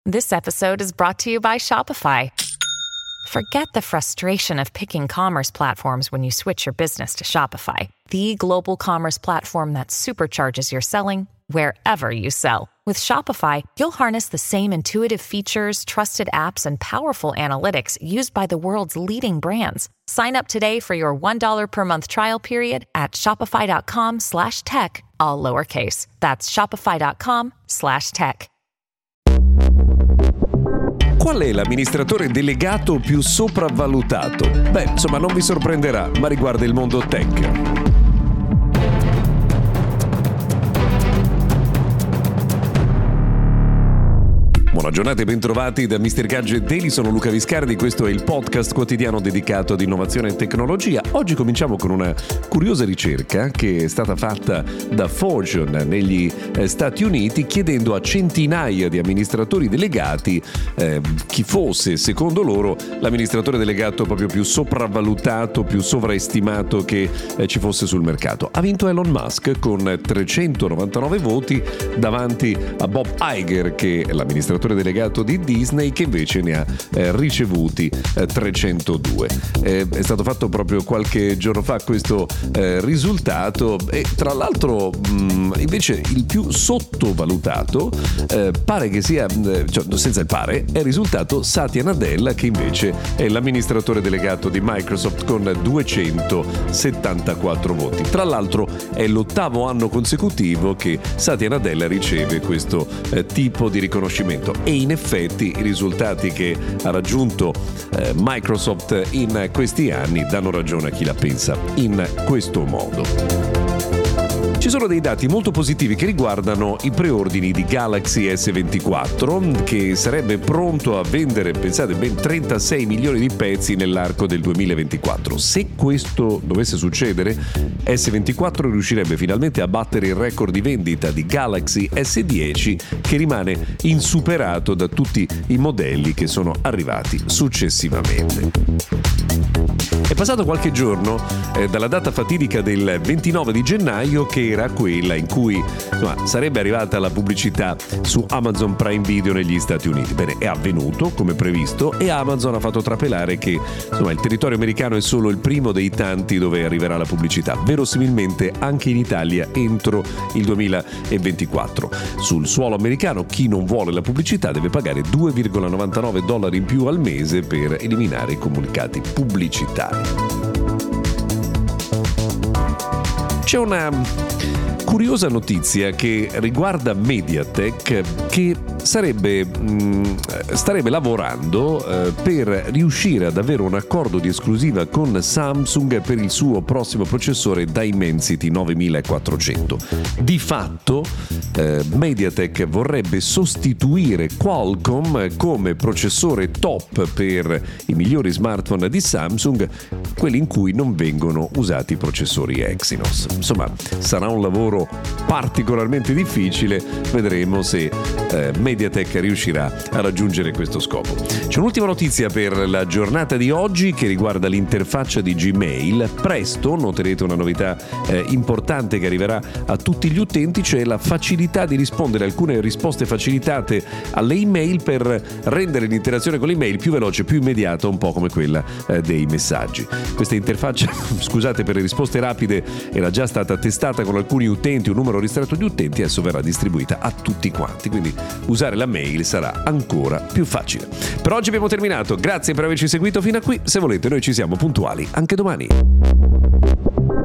This episode is brought to you by Shopify. Forget the frustration of picking commerce platforms when you switch your business to Shopify, the global commerce platform that supercharges your selling wherever you sell. With Shopify, you'll harness the same intuitive features, trusted apps, and powerful analytics used by the world's leading brands. Sign up today for your $1 per month trial period at shopify.com/tech, all lowercase. That's shopify.com/tech. Qual è l'amministratore delegato più sopravvalutato? Beh, insomma, non vi sorprenderà, ma riguarda il mondo tech. Buona giornata e bentrovati da Mr. Gadget Daily, sono Luca Viscardi, questo è il podcast quotidiano dedicato ad innovazione e tecnologia. Oggi cominciamo con una curiosa ricerca che è stata fatta da Fortune negli Stati Uniti, chiedendo a centinaia di amministratori delegati chi fosse, secondo loro, l'amministratore delegato proprio più sopravvalutato, più sovraestimato che ci fosse sul mercato. Ha vinto Elon Musk con 399 voti davanti a Bob Iger, che è l'amministratore delegato di Disney, che invece ne ha ricevuti 302. È stato fatto proprio qualche giorno fa questo risultato, e tra l'altro invece il più sottovalutato pare che sia, senza il pare, è risultato Satya Nadella, che invece è l'amministratore delegato di Microsoft con 274 voti. Tra l'altro è l'8º anno consecutivo che Satya Nadella riceve questo tipo di riconoscimento. E in effetti i risultati che ha raggiunto Microsoft in questi anni danno ragione a chi la pensa in questo modo. Ci sono dei dati molto positivi che riguardano i preordini di Galaxy S24, che sarebbe pronto a vendere, pensate, ben 36 milioni di pezzi nell'arco del 2024. Se questo dovesse succedere, S24 riuscirebbe finalmente a battere il record di vendita di Galaxy S10, che rimane insuperato da tutti i modelli che sono arrivati successivamente. È passato qualche giorno dalla data fatidica del 29 di gennaio, che era quella in cui sarebbe arrivata la pubblicità su Amazon Prime Video negli Stati Uniti. Bene, è avvenuto come previsto e Amazon ha fatto trapelare che il territorio americano è solo il primo dei tanti dove arriverà la pubblicità, verosimilmente anche in Italia entro il 2024. Sul suolo americano chi non vuole la pubblicità deve pagare $2,99 in più al mese per eliminare i comunicati pubblicitari. C'è una curiosa notizia che riguarda MediaTek, che starebbe lavorando per riuscire ad avere un accordo di esclusiva con Samsung per il suo prossimo processore Dimensity 9400. Di fatto MediaTek vorrebbe sostituire Qualcomm come processore top per i migliori smartphone di Samsung, quelli in cui non vengono usati i processori Exynos. Insomma, sarà un lavoro particolarmente difficile, vedremo se MediaTek riuscirà a raggiungere questo scopo. C'è un'ultima notizia per la giornata di oggi che riguarda l'interfaccia di Gmail. Presto noterete una novità importante che arriverà a tutti gli utenti, cioè la facilità di rispondere a alcune risposte facilitate alle email per rendere l'interazione con l'email più veloce, più immediata, un po' come quella dei messaggi. Questa interfaccia, scusate per le risposte rapide, era già stata testata con alcuni utenti, un numero ristretto di utenti, adesso verrà distribuita a tutti quanti, quindi usare la mail sarà ancora più facile. Per oggi abbiamo terminato, grazie per averci seguito fino a qui. Se volete noi ci siamo puntuali anche domani.